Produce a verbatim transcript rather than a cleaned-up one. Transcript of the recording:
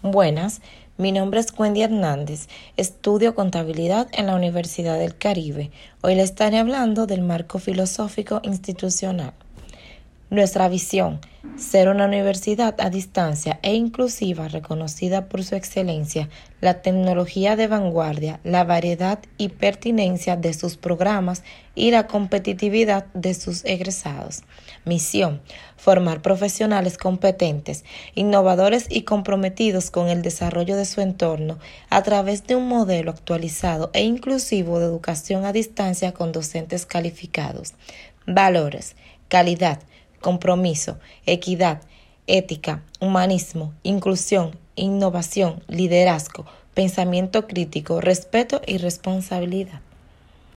Buenas, mi nombre es Wendy Hernández, estudio contabilidad en la Universidad del Caribe. Hoy le estaré hablando del marco filosófico institucional. Nuestra visión, ser una universidad a distancia e inclusiva reconocida por su excelencia, la tecnología de vanguardia, la variedad y pertinencia de sus programas y la competitividad de sus egresados. Misión, formar profesionales competentes, innovadores y comprometidos con el desarrollo de su entorno a través de un modelo actualizado e inclusivo de educación a distancia con docentes calificados. Valores, calidad, compromiso, equidad, ética, humanismo, inclusión, innovación, liderazgo, pensamiento crítico, respeto y responsabilidad.